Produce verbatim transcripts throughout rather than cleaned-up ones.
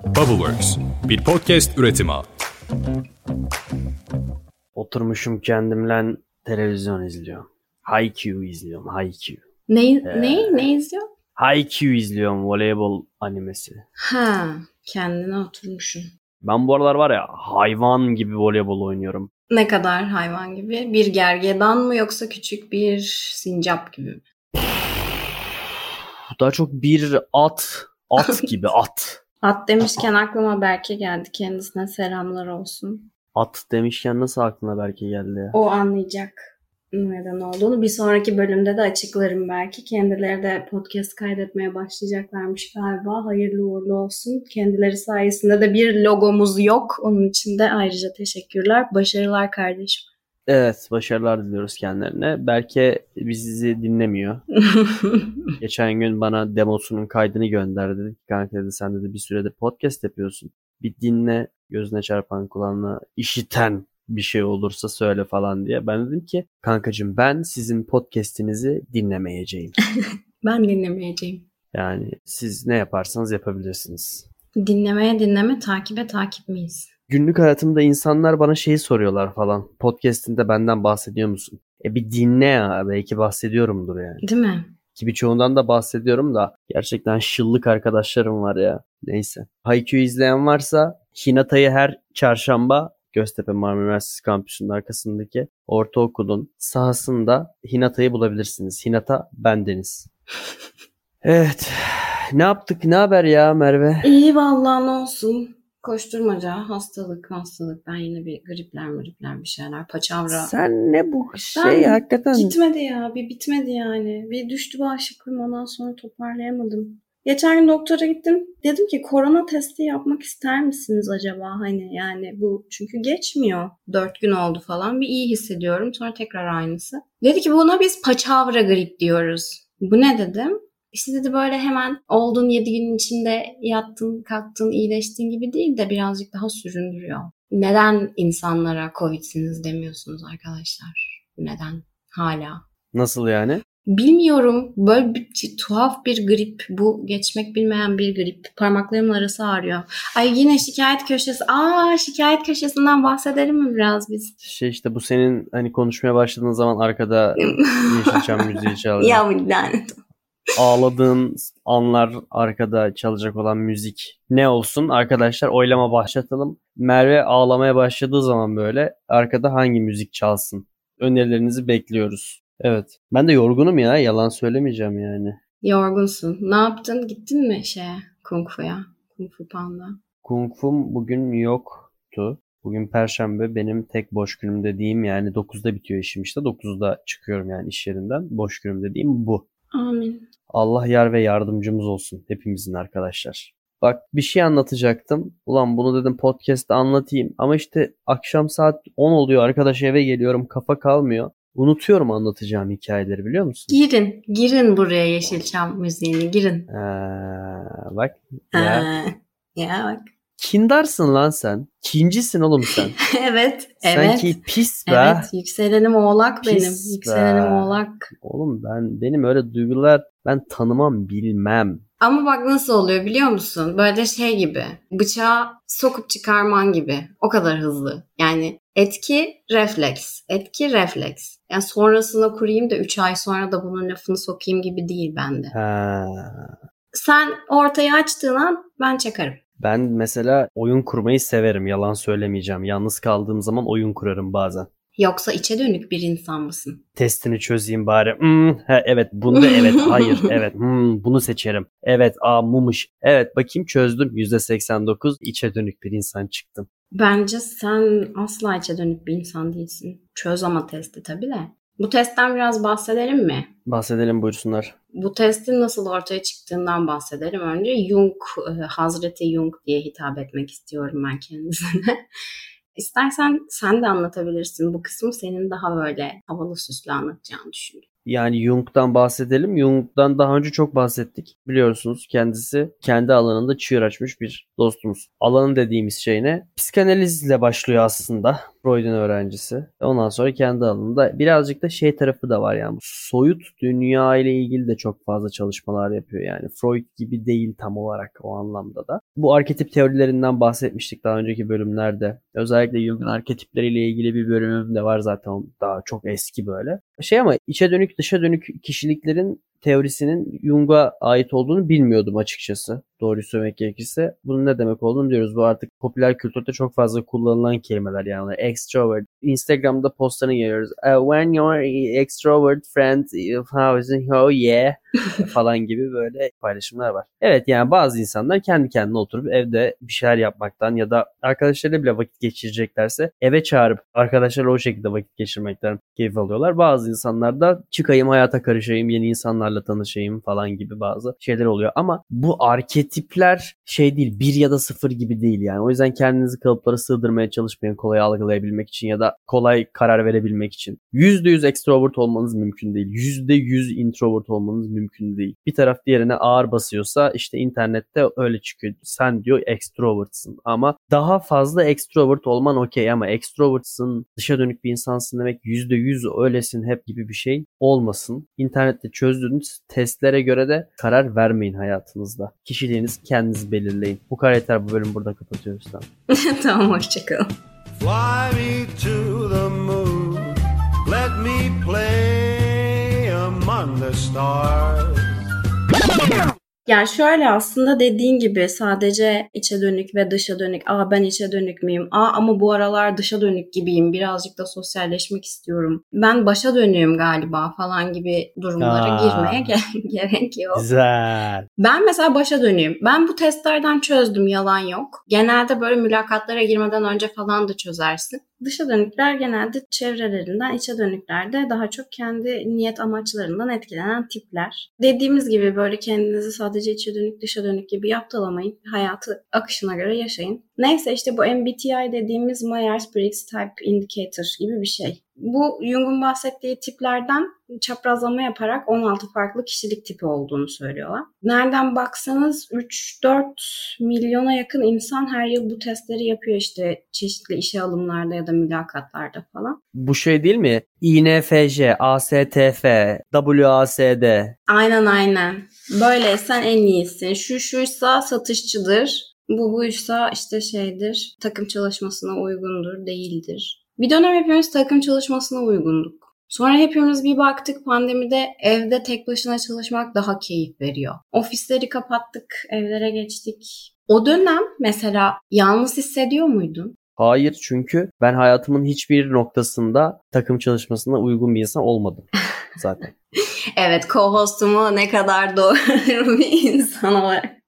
Bubbleworks, bir podcast üretimi. Oturmuşum kendimle televizyon izliyorum. Haikyuu izliyorum. Haikyuu. Ne, Ee, ne, ne izliyor? Haikyuu izliyorum. Voleybol animesi. Ha, kendine oturmuşsun. Ben bu aralar var ya hayvan gibi voleybol oynuyorum. Ne kadar hayvan gibi? Bir gergedan mı yoksa küçük bir sincap gibi mi? Daha çok bir at. At gibi at. At demişken aklıma Berke geldi. Kendisine selamlar olsun. At demişken nasıl aklına belki geldi ya? O anlayacak neden olduğunu. Bir sonraki bölümde de açıklarım belki. Kendileri de podcast kaydetmeye başlayacaklarmış galiba. Hayırlı uğurlu olsun. Kendileri sayesinde de bir logomuz yok. Onun için de ayrıca teşekkürler. Başarılar kardeşim. Evet, başarılar diliyoruz kendilerine. Belki bizi dinlemiyor. Geçen gün bana demosunun kaydını gönderdi. Dedi ki kanka dedi sen dedi bir süredir podcast yapıyorsun. Bir dinle, gözüne çarpan kulağına işiten bir şey olursa söyle falan diye. Ben dedim ki kankacığım ben sizin podcast'inizi dinlemeyeceğim. Ben dinlemeyeceğim. Yani siz ne yaparsanız yapabilirsiniz. Dinlemeye dinleme, takibe takip miyiz? Günlük hayatımda insanlar bana şeyi soruyorlar falan. Podcast'inde benden bahsediyor musun? E bir dinle ya. Belki bahsediyorumdur yani. Değil mi? Ki birçoğundan da bahsediyorum da gerçekten şıllık arkadaşlarım var ya. Neyse. Haikyuu izleyen varsa Hinata'yı her çarşamba Göztepe Marmara Üniversitesi kampüsünün arkasındaki ortaokulun sahasında Hinata'yı bulabilirsiniz. Hinata bendeniz. Evet. Ne yaptık? Ne haber ya Merve? İyi vallahi ne olsun. Koşturmaca, hastalık, hastalık. Ben yine bir gripler, gripler bir şeyler. Paçavra. Sen ne bu şey Ben hakikaten. Gitmedi ya. Bir bitmedi yani. Bir düştü bağışıklığım. Ondan sonra toparlayamadım. Geçen gün doktora gittim. Dedim ki korona testi yapmak ister misiniz acaba? Hani yani bu çünkü geçmiyor. Dört gün oldu falan. Bir iyi hissediyorum. Sonra tekrar aynısı. Dedi ki buna biz paçavra grip diyoruz. Bu ne dedim? İşte dedi böyle hemen oldun yedi günün içinde yattın, kalktın, iyileştin gibi değil de birazcık daha süründürüyor. Neden insanlara Covid'siniz demiyorsunuz arkadaşlar? Neden? Hala. Nasıl yani? Bilmiyorum. Böyle bir tuhaf bir grip. Bu geçmek bilmeyen bir grip. Parmaklarımın arası ağrıyor. Ay yine şikayet köşesi. Aa şikayet köşesinden bahsedelim mi biraz biz? Şey işte bu senin hani konuşmaya başladığın zaman arkada Yeşilçam müziği çalıyor. Ya bu lanet. Ağladığın anlar arkada çalacak olan müzik ne olsun arkadaşlar, oylama başlatalım. Merve ağlamaya başladığı zaman böyle arkada hangi müzik çalsın? Önerilerinizi bekliyoruz. Evet. Ben de yorgunum ya, yalan söylemeyeceğim yani. Yorgunsun. Ne yaptın? Gittin mi şeye? Kung Fu'ya? Kung Fu Panda. Kung Fu'm bugün yoktu. Bugün Perşembe, benim tek boş günüm dediğim, yani dokuzda bitiyor işim işte. dokuzda çıkıyorum yani iş yerinden. Boş günüm dediğim bu. Amin. Allah yar ve yardımcımız olsun hepimizin arkadaşlar. Bak bir şey anlatacaktım. Ulan bunu dedim podcast'ta anlatayım. Ama işte akşam saat on oluyor, arkadaş eve geliyorum, kafa kalmıyor. Unutuyorum anlatacağım hikayeleri, biliyor musun? Girin. Girin buraya Yeşilçam müziğini. Girin. Ee, bak ya. Ee, ya bak. Kindarsın lan sen. Kincisin oğlum sen. evet. Evet. Sanki pis be. Evet. Yükselenim oğlak Pis benim. be. Yükselenim oğlak. Oğlum ben benim öyle duygular ben tanımam, bilmem. Ama bak nasıl oluyor biliyor musun? Böyle şey gibi. Bıçağı sokup çıkarman gibi. O kadar hızlı. Yani etki refleks. Etki refleks. Yani sonrasına kurayım da üç ay sonra da bunun lafını sokayım gibi değil bende. Ha. Sen ortaya açtığın an ben çakarım. Ben mesela oyun kurmayı severim. Yalan söylemeyeceğim. Yalnız kaldığım zaman oyun kurarım bazen. Yoksa içe dönük bir insan mısın? Testini çözeyim bari. Hmm, he, evet bunu da evet hayır evet hmm, bunu seçerim. Evet aa mumuş. Evet bakayım çözdüm. yüzde seksen dokuz içe dönük bir insan çıktım. Bence sen asla içe dönük bir insan değilsin. Çöz ama testi tabii de. Bu testten biraz bahsedelim mi? Bahsedelim, buyursunlar. Bu testin nasıl ortaya çıktığından bahsedelim. Önce Jung, Hazreti Jung diye hitap etmek istiyorum ben kendisine. İstersen sen de anlatabilirsin. Bu kısmı senin daha böyle havalı süslü anlatacağını düşünüyorum. Yani Jung'dan bahsedelim. Jung'dan daha önce çok bahsettik. Biliyorsunuz kendisi kendi alanında çığır açmış bir dostumuz. Alanı dediğimiz şey ne? Psikanalizle başlıyor aslında. Freud'un öğrencisi. Ondan sonra kendi alanında birazcık da şey tarafı da var yani. Soyut dünya ile ilgili de çok fazla çalışmalar yapıyor yani. Freud gibi değil tam olarak o anlamda da. Bu arketip teorilerinden bahsetmiştik daha önceki bölümlerde. Özellikle Jung'un arketipleriyle ilgili bir bölümüm de var zaten. Daha çok eski böyle. Şey ama içe dönük dışa dönük kişiliklerin teorisinin Jung'a ait olduğunu bilmiyordum açıkçası. Doğruyu söylemek gerekirse. Bunun ne demek olduğunu biliyoruz. Bu artık popüler kültürde çok fazla kullanılan kelimeler yani. Extrovert. Instagram'da postlarını görüyoruz. Uh, when your extrovert friend, how is it? Oh yeah. falan gibi böyle paylaşımlar var. Evet yani bazı insanlar kendi kendine oturup evde bir şeyler yapmaktan ya da arkadaşlarıyla bile vakit geçireceklerse eve çağırıp arkadaşlarla o şekilde vakit geçirmekten keyif alıyorlar. Bazı insanlar da çıkayım hayata karışayım, yeni insanlarla tanışayım falan gibi bazı şeyler oluyor. Ama bu arketipler şey değil, bir ya da sıfır gibi değil yani. O yüzden kendinizi kalıplara sığdırmaya çalışmayın kolay algılayabilmek için ya da kolay karar verebilmek için. yüzde yüz extrovert olmanız mümkün değil. yüzde yüz introvert olmanız mümkün değil. Bir taraf diğerine ağır basıyorsa işte internette öyle çıkıyor. Sen diyor extrovertsın ama daha fazla extrovert olman okey ama extrovertsın, dışa dönük bir insansın demek yüzde yüz öylesin hep gibi bir şey olmasın. İnternette çözdüğünüz testlere göre de karar vermeyin hayatınızda. Kişiliğinizi kendiniz belirleyin. Bu kadar yeter, bu bölümü burada kapatıyoruz. Tamam, tamam hoşçakalın. Fly me to the moon, let me play among the stars. Yani şöyle aslında dediğin gibi sadece içe dönük ve dışa dönük. Aa ben içe dönük müyüm? Aa ama bu aralar dışa dönük gibiyim. Birazcık da sosyalleşmek istiyorum. Ben başa dönüyorum galiba falan gibi durumlara Aa, girmeye ge- gerek yok. Güzel. Ben mesela başa dönüyorum. Ben bu testlerden çözdüm, yalan yok. Genelde böyle mülakatlara girmeden önce falan da çözersin. Dışa dönükler genelde çevrelerinden, içe dönükler de daha çok kendi niyet amaçlarından etkilenen tipler. Dediğimiz gibi böyle kendinizi sadece içe dönük dışa dönük gibi yaptalamayın. Hayatı akışına göre yaşayın. Neyse işte bu M B T I dediğimiz Myers-Briggs Type Indicator gibi bir şey. Bu Jung'un bahsettiği tiplerden çaprazlama yaparak on altı farklı kişilik tipi olduğunu söylüyorlar. Nereden baksanız üç dört milyona yakın insan her yıl bu testleri yapıyor işte çeşitli işe alımlarda ya da mülakatlarda falan. Bu şey değil mi? I N F J, A S T F, W A S D. Aynen aynen. Böyleysen en iyisin. Şu şuysa satışçıdır. Bu buysa işte şeydir. Takım çalışmasına uygundur, değildir. Bir dönem hepimiz takım çalışmasına uygunduk. Sonra hepimiz bir baktık pandemide evde tek başına çalışmak daha keyif veriyor. Ofisleri kapattık, evlere geçtik. O dönem mesela yalnız hissediyor muydun? Hayır, çünkü ben hayatımın hiçbir noktasında takım çalışmasına uygun bir insan olmadım zaten. Evet, co-hostumu ne kadar doğru bir insan olarak.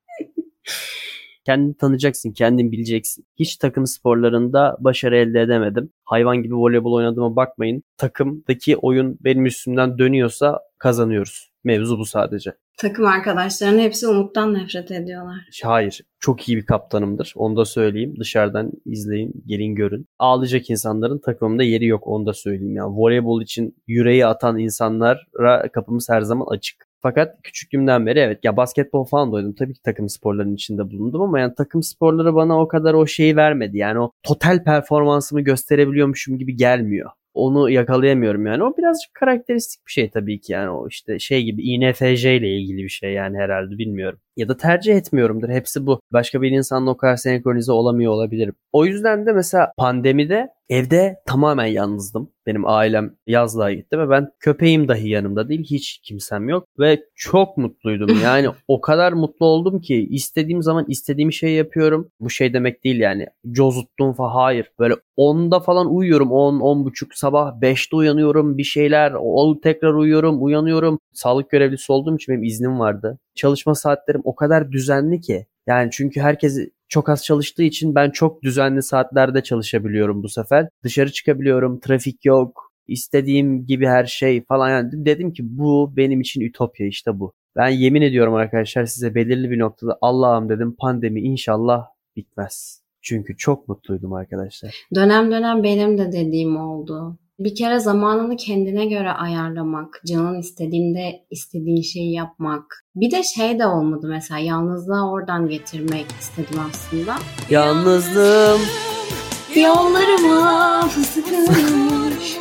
Kendini tanıyacaksın, kendin bileceksin. Hiç takım sporlarında başarı elde edemedim. Hayvan gibi voleybol oynadığıma bakmayın. Takımdaki oyun benim üstümden dönüyorsa kazanıyoruz. Mevzu bu sadece. Takım arkadaşlarının hepsi Umut'tan nefret ediyorlar. Hayır. Çok iyi bir kaptanımdır. Onu da söyleyeyim. Dışarıdan izleyin, gelin görün. Ağlayacak insanların takımımda yeri yok. Onu da söyleyeyim. Yani voleybol için yüreği atan insanlara kapımız her zaman açık. Fakat küçüklüğümden beri evet ya basketbol falan da oynadım. Tabii ki takım sporlarının içinde bulundum ama yani takım sporları bana o kadar o şeyi vermedi. Yani o total performansımı gösterebiliyormuşum gibi gelmiyor. Onu yakalayamıyorum yani. O birazcık karakteristik bir şey tabii ki yani o işte şey gibi I N F J ile ilgili bir şey yani herhalde bilmiyorum. Ya da tercih etmiyorumdur. Hepsi bu. Başka bir insanla o kadar senkronize olamıyor olabilirim. O yüzden de mesela pandemide evde tamamen yalnızdım. Benim ailem yazlığa gitti ve ben köpeğim dahi yanımda değil. Hiç kimsem yok ve çok mutluydum. Yani o kadar mutlu oldum ki istediğim zaman istediğim şeyi yapıyorum. Bu şey demek değil yani. Cozuttum falan. Hayır. Böyle onda falan uyuyorum. on, on buçuk sabah beşte uyanıyorum. Bir şeyler. O tekrar uyuyorum. Uyanıyorum. Sağlık görevlisi olduğum için benim iznim vardı. Çalışma saatlerim o kadar düzenli ki. Yani çünkü herkes çok az çalıştığı için ben çok düzenli saatlerde çalışabiliyorum bu sefer. Dışarı çıkabiliyorum, trafik yok, istediğim gibi her şey falan. Yani dedim ki bu benim için ütopya işte bu. Ben yemin ediyorum arkadaşlar size belirli bir noktada Allah'ım dedim pandemi inşallah bitmez. Çünkü çok mutluydum arkadaşlar. Dönem dönem benim de dediğim oldu. Bir kere zamanını kendine göre ayarlamak, canın istediğinde istediğin şeyi yapmak. Bir de şey de olmadı mesela, yalnızlığa oradan getirmek istedim aslında. Yalnızlığım Yollarıma fısıkılmış.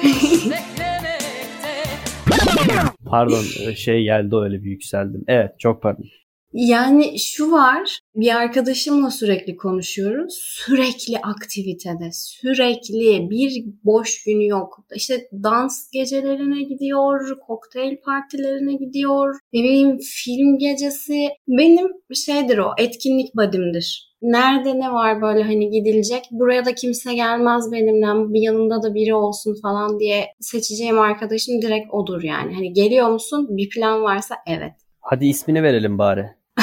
Pardon şey geldi öyle bir yükseldim. Evet çok pardon. Yani şu var, bir arkadaşımla sürekli konuşuyoruz. Sürekli aktivitede, sürekli bir boş günü yok. İşte dans gecelerine gidiyor, kokteyl partilerine gidiyor. Ne bileyim film gecesi. Benim şeydir o, etkinlik buddy'mdir. Nerede ne var böyle hani gidilecek, buraya da kimse gelmez benimle, bir yanında da biri olsun falan diye seçeceğim arkadaşım direkt odur yani. Hani geliyor musun? Bir plan varsa evet. Hadi ismini verelim bari.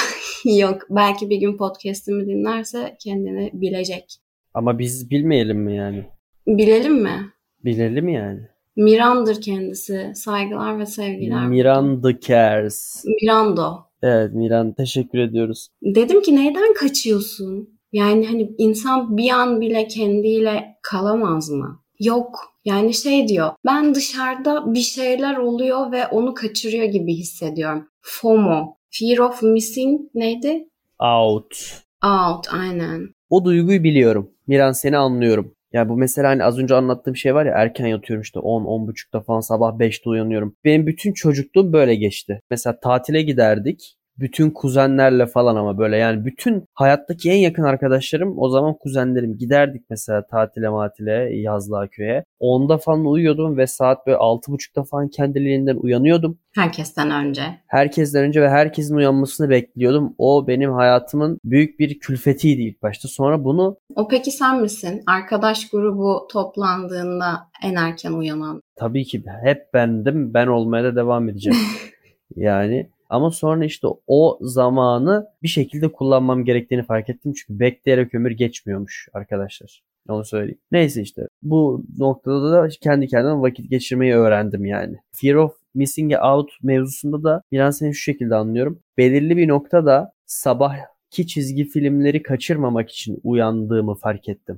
Yok, belki bir gün podcast'imi dinlerse kendini bilecek. Ama biz bilmeyelim mi yani? Bilelim mi? Bilelim yani. Miran'dır kendisi. Saygılar ve sevgiler. Miranda Cares. Mirando. Evet Miran, teşekkür ediyoruz. Dedim ki neyden kaçıyorsun? Yani hani insan bir an bile kendiyle kalamaz mı? Yok. Yani şey diyor, ben dışarıda bir şeyler oluyor ve onu kaçırıyor gibi hissediyorum. FOMO. Fear of missing neydi? Out. Out, aynen. O duyguyu biliyorum. Miran seni anlıyorum. Ya bu mesela hani az önce anlattığım şey var ya, erken yatıyorum işte on on buçukta falan, sabah beşte uyanıyorum. Benim bütün çocukluğum böyle geçti. Mesela tatile giderdik. Bütün kuzenlerle falan ama böyle yani bütün hayattaki en yakın arkadaşlarım o zaman kuzenlerim. Giderdik mesela tatile matile yazlığa köye. onda falan uyuyordum ve saat böyle altı buçukta falan kendiliğinden uyanıyordum. Herkesten önce. Herkesten önce ve herkesin uyanmasını bekliyordum. O benim hayatımın büyük bir külfetiydi ilk başta. Sonra bunu... O peki sen misin? Arkadaş grubu toplandığında en erken uyanan. Tabii ki hep bendim. Ben olmaya da devam edeceğim. Yani... Ama sonra işte o zamanı bir şekilde kullanmam gerektiğini fark ettim. Çünkü bekleyerek ömür geçmiyormuş arkadaşlar. Onu söyleyeyim. Neyse işte bu noktada da kendi kendime vakit geçirmeyi öğrendim yani. Fear of missing out mevzusunda da biraz seni şu şekilde anlıyorum. Belirli bir noktada sabahki çizgi filmleri kaçırmamak için uyandığımı fark ettim.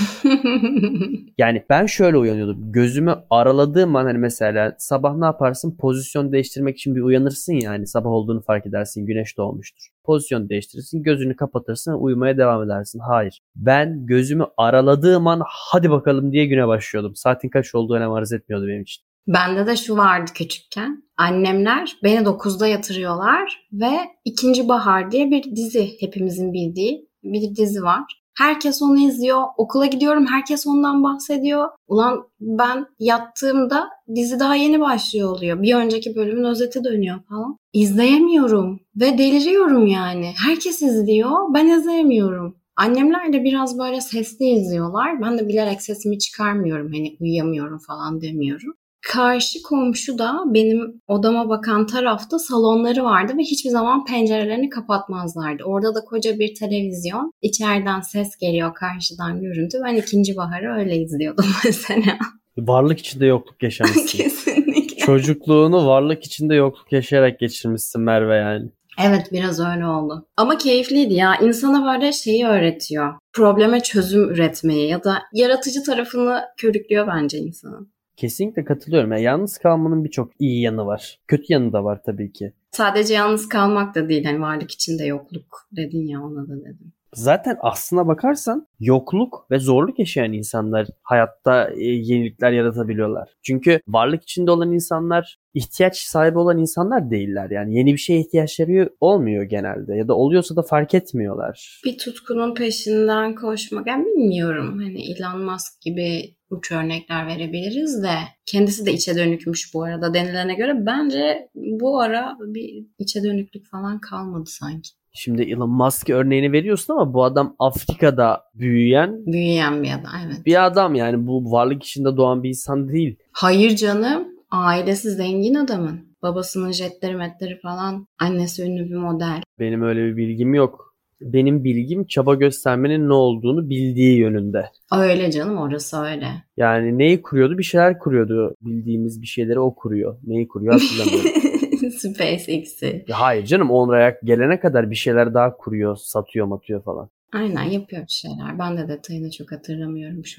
Yani ben şöyle uyanıyordum. Gözümü araladığım an hani mesela sabah ne yaparsın? Pozisyon değiştirmek için bir uyanırsın ya, hani sabah olduğunu fark edersin. Güneş doğmuştur. Pozisyon değiştirirsin. Gözünü kapatırsın. Uyumaya devam edersin. Hayır. Ben gözümü araladığım an hadi bakalım diye güne başlıyordum. Saatin kaç olduğu önem arz etmiyordu benim için. Bende de şu vardı küçükken. Annemler beni dokuzda yatırıyorlar ve İkinci Bahar diye bir dizi, hepimizin bildiği bir dizi var. Herkes onu izliyor. Okula gidiyorum. Herkes ondan bahsediyor. Ulan ben yattığımda dizi daha yeni başlıyor oluyor. Bir önceki bölümün özeti dönüyor falan. İzleyemiyorum. Ve deliriyorum yani. Herkes izliyor. Ben izleyemiyorum. Annemler de biraz böyle sesli izliyorlar. Ben de bilerek sesimi çıkarmıyorum. Hani uyuyamıyorum falan demiyorum. Karşı komşu da benim odama bakan tarafta salonları vardı ve hiçbir zaman pencerelerini kapatmazlardı. Orada da koca bir televizyon. İçeriden ses geliyor, karşıdan görüntü. Ben İkinci Bahar'ı öyle izliyordum mesela. Varlık içinde yokluk yaşamışsın. Kesinlikle. Çocukluğunu varlık içinde yokluk yaşayarak geçirmişsin Merve yani. Evet, biraz öyle oldu. Ama keyifliydi ya. İnsana böyle şeyi öğretiyor. Probleme çözüm üretmeyi ya da yaratıcı tarafını körüklüyor bence insanın. Kesinlikle katılıyorum. Yani yalnız kalmanın birçok iyi yanı var. Kötü yanı da var tabii ki. Sadece yalnız kalmak da değil. Hani varlık içinde yokluk dedin ya, ona da dedim. Zaten aslına bakarsan yokluk ve zorluk yaşayan insanlar hayatta e, yenilikler yaratabiliyorlar. Çünkü varlık içinde olan insanlar ihtiyaç sahibi olan insanlar değiller. Yani yeni bir şeye ihtiyaçları olmuyor genelde ya da oluyorsa da fark etmiyorlar. Bir tutkunun peşinden koşmak, ben bilmiyorum. Hani Elon Musk gibi uç örnekler verebiliriz de kendisi de içe dönükmüş bu arada denilene göre. Bence bu ara bir içe dönüklük falan kalmadı sanki. Şimdi Elon Musk örneğini veriyorsun ama bu adam Afrika'da büyüyen Büyüyen bir adam, evet. Bir adam yani, bu varlık içinde doğan bir insan değil. Hayır canım, ailesi zengin adamın. Babasının jetleri metleri falan, annesi ünlü bir model. Benim öyle bir bilgim yok. Benim bilgim çaba göstermenin ne olduğunu bildiği yönünde. Öyle canım, orası öyle. Yani neyi kuruyordu? Bir şeyler kuruyordu. Bildiğimiz bir şeyleri o kuruyor. Neyi kuruyor hatırlamıyorum. SpaceX'i. Hayır canım, oraya gelene kadar bir şeyler daha kuruyor, satıyor, matıyor falan. Aynen, yapıyor bir şeyler. Ben de detayını çok hatırlamıyorum şu an.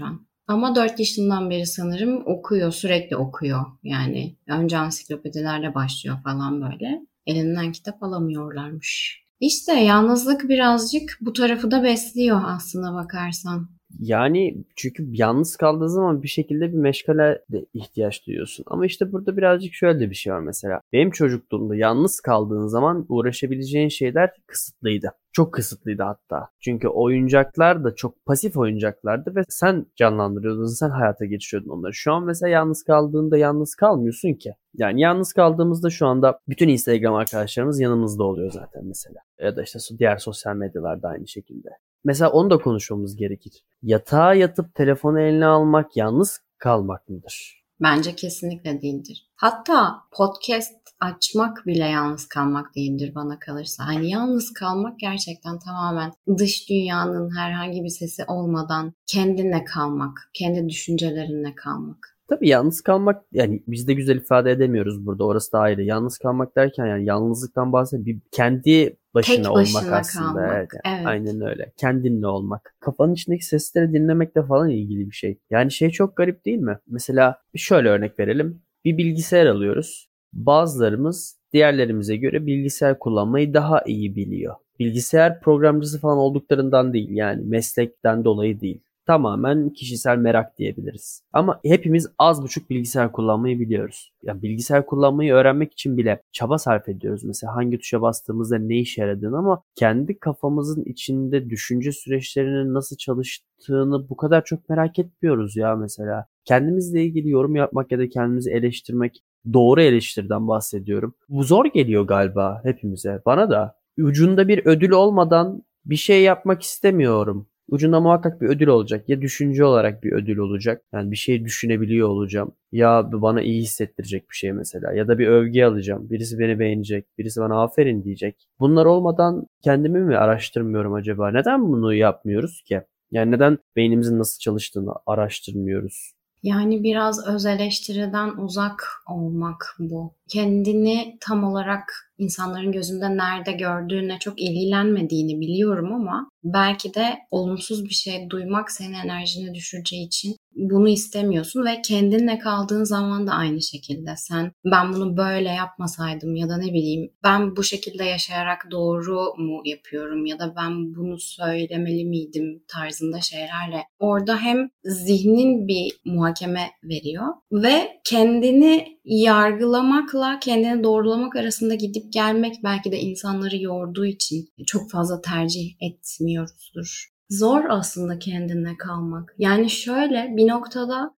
Ama dört yaşından beri sanırım okuyor, sürekli okuyor. Yani önce ansiklopedilerle başlıyor falan böyle. Elinden kitap alamıyorlarmış. İşte yalnızlık birazcık bu tarafı da besliyor aslına bakarsan. Yani çünkü yalnız kaldığı zaman bir şekilde bir meşgale de ihtiyaç duyuyorsun. Ama işte burada birazcık şöyle de bir şey var mesela. Benim çocukluğumda yalnız kaldığın zaman uğraşabileceğin şeyler kısıtlıydı. Çok kısıtlıydı hatta. Çünkü oyuncaklar da çok pasif oyuncaklardı ve sen canlandırıyordun, sen hayata geçiriyordun onları. Şu an mesela yalnız kaldığında yalnız kalmıyorsun ki. Yani yalnız kaldığımızda şu anda bütün Instagram arkadaşlarımız yanımızda oluyor zaten mesela. Ya da işte diğer sosyal medyalarda aynı şekilde. Mesela onu da konuşmamız gerekir. Yatağa yatıp telefonu eline almak yalnız kalmak mıdır? Bence kesinlikle değildir. Hatta podcast açmak bile yalnız kalmak değildir bana kalırsa. Hani yalnız kalmak gerçekten tamamen dış dünyanın herhangi bir sesi olmadan kendinle kalmak, kendi düşüncelerinle kalmak. Tabii yalnız kalmak, yani biz de güzel ifade edemiyoruz burada, orası da ayrı. Yalnız kalmak derken yani yalnızlıktan bahsediyorum. Bir kendi başına, Tek olmak başına aslında. kalmak, Evet, yani evet. aynen öyle. Kendinle olmak. Kafanın içindeki sesleri dinlemekle falan ilgili bir şey. Yani şey çok garip değil mi? Mesela şöyle örnek verelim. Bir bilgisayar alıyoruz. Bazılarımız diğerlerimize göre bilgisayar kullanmayı daha iyi biliyor. Bilgisayar programcısı falan olduklarından değil, yani meslekten dolayı değil. Tamamen kişisel merak diyebiliriz. Ama hepimiz az buçuk bilgisayar kullanmayı biliyoruz. Yani bilgisayar kullanmayı öğrenmek için bile çaba sarf ediyoruz. Mesela hangi tuşa bastığımızda ne işe yaradığını, ama kendi kafamızın içinde düşünce süreçlerinin nasıl çalıştığını bu kadar çok merak etmiyoruz ya mesela. Kendimizle ilgili yorum yapmak ya da kendimizi eleştirmek, doğru eleştiriden bahsediyorum. Bu zor geliyor galiba hepimize. Bana da. Ucunda bir ödül olmadan bir şey yapmak istemiyorum. Ucunda muhakkak bir ödül olacak. Ya düşünce olarak bir ödül olacak. Yani bir şey düşünebiliyor olacağım. Ya bana iyi hissettirecek bir şey mesela. Ya da bir övgü alacağım. Birisi beni beğenecek. Birisi bana aferin diyecek. Bunlar olmadan kendimi mi araştırmıyorum acaba? Neden bunu yapmıyoruz ki? Yani neden beynimizin nasıl çalıştığını araştırmıyoruz? Yani biraz öz eleştiriden uzak olmak bu. Kendini tam olarak insanların gözünde nerede gördüğüne çok ilgilenmediğini biliyorum ama belki de olumsuz bir şey duymak senin enerjini düşüreceği için bunu istemiyorsun ve kendinle kaldığın zaman da aynı şekilde sen ben bunu böyle yapmasaydım ya da ne bileyim ben bu şekilde yaşayarak doğru mu yapıyorum ya da ben bunu söylemeli miydim tarzında şeylerle orada hem zihnin bir muhakeme veriyor ve kendini yargılamakla kendini doğrulamak arasında gidip gelmek belki de insanları yorduğu için çok fazla tercih etmiyoruzdur. Zor aslında kendinle kalmak. Yani şöyle bir noktada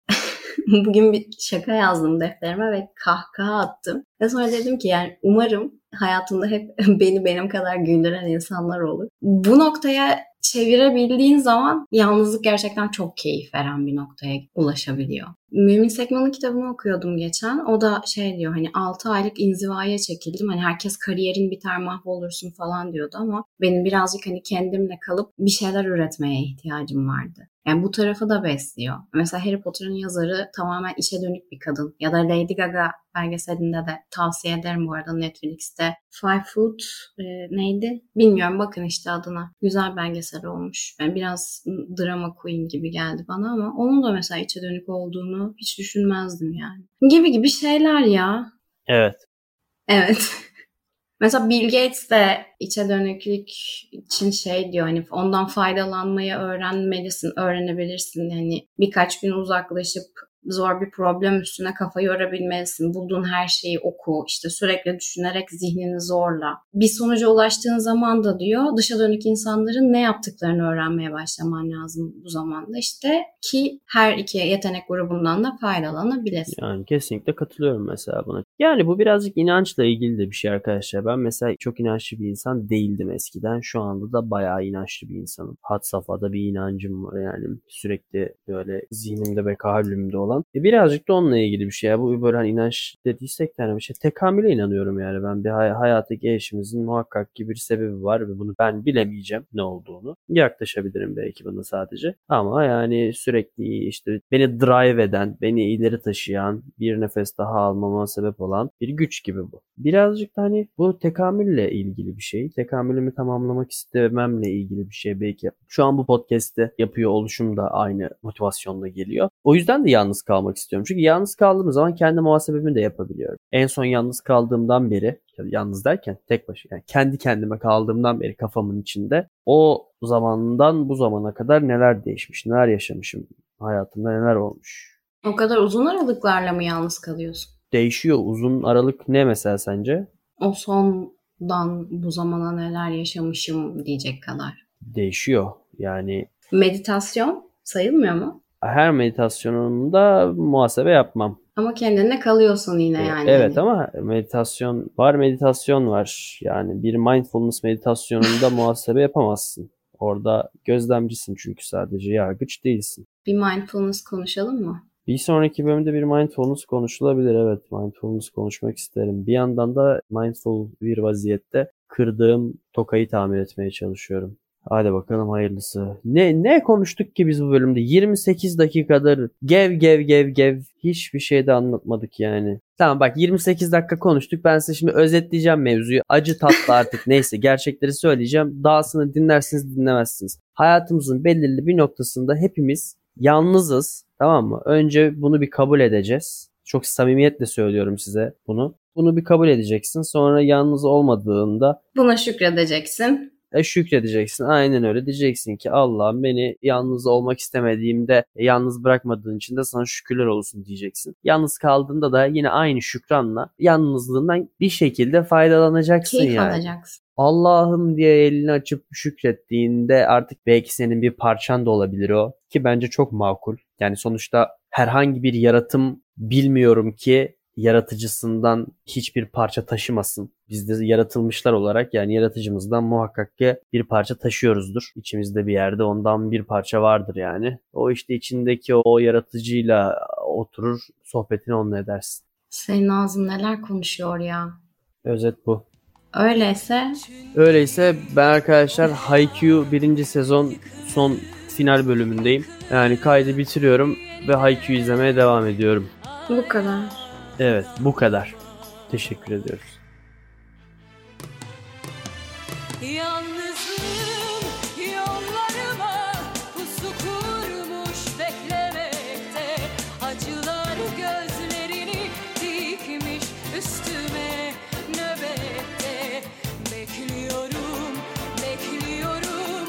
bugün bir şaka yazdım defterime ve kahkaha attım. Ve sonra dedim ki yani umarım hayatımda hep beni benim kadar güldüren insanlar olur. Bu noktaya çevirebildiğin zaman yalnızlık gerçekten çok keyif veren bir noktaya ulaşabiliyor. Mümin Sekman'ın kitabını okuyordum geçen. O da şey diyor hani altı aylık inzivaya çekildim. Hani herkes kariyerin biter mahvolursun falan diyordu ama benim birazcık hani kendimle kalıp bir şeyler üretmeye ihtiyacım vardı. Yani bu tarafı da besliyor. Mesela Harry Potter'ın yazarı tamamen içe dönük bir kadın. Ya da Lady Gaga belgeselinde de tavsiye ederim bu arada Netflix'te. Five Foot e, neydi? Bilmiyorum, bakın işte adına. Güzel belgesel olmuş. Yani biraz drama queen gibi geldi bana ama onun da mesela içe dönük olduğunu hiç düşünmezdim yani. Gibi gibi şeyler ya. Evet. Evet. Mesela Bill Gates de içe dönüklük için şey diyor hani ondan faydalanmayı öğrenmelisin, öğrenebilirsin. Yani birkaç gün uzaklaşıp zor bir problem üstüne kafa yorabilmelisin. Bulduğun her şeyi oku, işte sürekli düşünerek zihnini zorla. Bir sonuca ulaştığın zaman da diyor dışa dönük insanların ne yaptıklarını öğrenmeye başlaman lazım bu zamanda işte ki her iki yetenek grubundan da faydalanabilesin. Yani kesinlikle katılıyorum mesela buna. Yani bu birazcık inançla ilgili de bir şey arkadaşlar. Ben mesela çok inançlı bir insan değildim eskiden. Şu anda da bayağı inançlı bir insanım. Had safhada bir inancım var yani. Sürekli böyle zihnimde ve kalbimde olan falan. E birazcık da onunla ilgili bir şey. Ya. Bu böyle hani inanç dediysek de hani bir şey. Tekamüle inanıyorum yani ben. Bir hay- hayattaki eşimizin muhakkak ki bir sebebi var ve bunu ben bilemeyeceğim ne olduğunu. Yaklaşabilirim belki buna sadece. Ama yani sürekli işte beni drive eden, beni ileri taşıyan, bir nefes daha almama sebep olan bir güç gibi bu. Birazcık da hani bu tekamülle ilgili bir şey. Tekamülümü tamamlamak istememle ilgili bir şey belki. Şu an bu podcast'te yapıyor oluşum da aynı motivasyonla geliyor. O yüzden de yalnız kalmak istiyorum. Çünkü yalnız kaldığım zaman kendi muhasebemi de yapabiliyorum. En son yalnız kaldığımdan beri, yalnız derken tek başına yani kendi kendime kaldığımdan beri kafamın içinde o zamandan bu zamana kadar neler değişmiş, neler yaşamışım, hayatımda neler olmuş. O kadar uzun aralıklarla mı yalnız kalıyorsun? Değişiyor. Uzun aralık ne mesela sence? O sondan bu zamana neler yaşamışım diyecek kadar. Değişiyor. Yani meditasyon sayılmıyor mu? Her meditasyonumda muhasebe yapmam. Ama kendine kalıyorsun yine yani. Evet ama meditasyon var, meditasyon var. Yani bir mindfulness meditasyonunda muhasebe yapamazsın. Orada gözlemcisin çünkü sadece yargıç değilsin. Bir mindfulness konuşalım mı? Bir sonraki bölümde bir mindfulness konuşulabilir. Evet, mindfulness konuşmak isterim. Bir yandan da mindful bir vaziyette kırdığım tokayı tamir etmeye çalışıyorum. Hadi bakalım hayırlısı. Ne ne konuştuk ki biz bu bölümde? yirmi sekiz dakikadır gev gev gev gev hiçbir şey de anlatmadık yani. Tamam bak yirmi sekiz dakika konuştuk. Ben size şimdi özetleyeceğim mevzuyu. Acı tatlı artık neyse gerçekleri söyleyeceğim. Dahasını dinlersiniz dinlemezsiniz. Hayatımızın belirli bir noktasında hepimiz yalnızız. Tamam mı? Önce bunu bir kabul edeceğiz. Çok samimiyetle söylüyorum size bunu. Bunu bir kabul edeceksin. Sonra yalnız olmadığında buna şükredeceksin. E şükredeceksin. Aynen öyle. Diyeceksin ki Allah'ım beni yalnız olmak istemediğimde yalnız bırakmadığın için de sana şükürler olsun diyeceksin. Yalnız kaldığında da yine aynı şükranla yalnızlığından bir şekilde faydalanacaksın Keyif yani. alacaksın. Allah'ım diye elini açıp şükrettiğinde artık belki senin bir parçan da olabilir o. Ki bence çok makul. Yani sonuçta herhangi bir yaratım bilmiyorum ki yaratıcısından hiçbir parça taşımasın. Biz de yaratılmışlar olarak yani yaratıcımızdan muhakkak ki bir parça taşıyoruzdur. İçimizde bir yerde ondan bir parça vardır yani. O işte içindeki o yaratıcıyla oturur sohbetini onunla edersin. Senin ağzın neler konuşuyor ya. Özet bu. Öyleyse Öyleyse ben arkadaşlar Haikyuu birinci sezon son final bölümündeyim. Yani kaydı bitiriyorum ve Haikyuu izlemeye devam ediyorum. bu kadar. Evet bu kadar. Teşekkür ediyoruz. Yalnızlığım yollarıma pusu kurmuş beklemekte. Acılar gözlerini dikmiş üstüme nöbette. Bekliyorum, bekliyorum,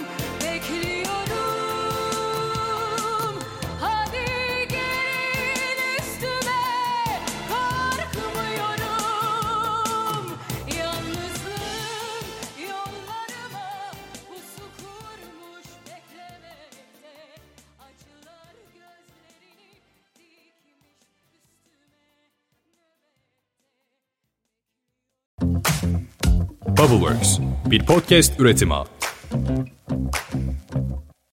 bekliyorum. Hadi gelin üstüme, korkmuyorum. Yalnızlığım yollarıma pusu kurmuş beklemekte. Acılar gözlerini dikmiş üstüme. Bubbleworks bir podcast üretimi.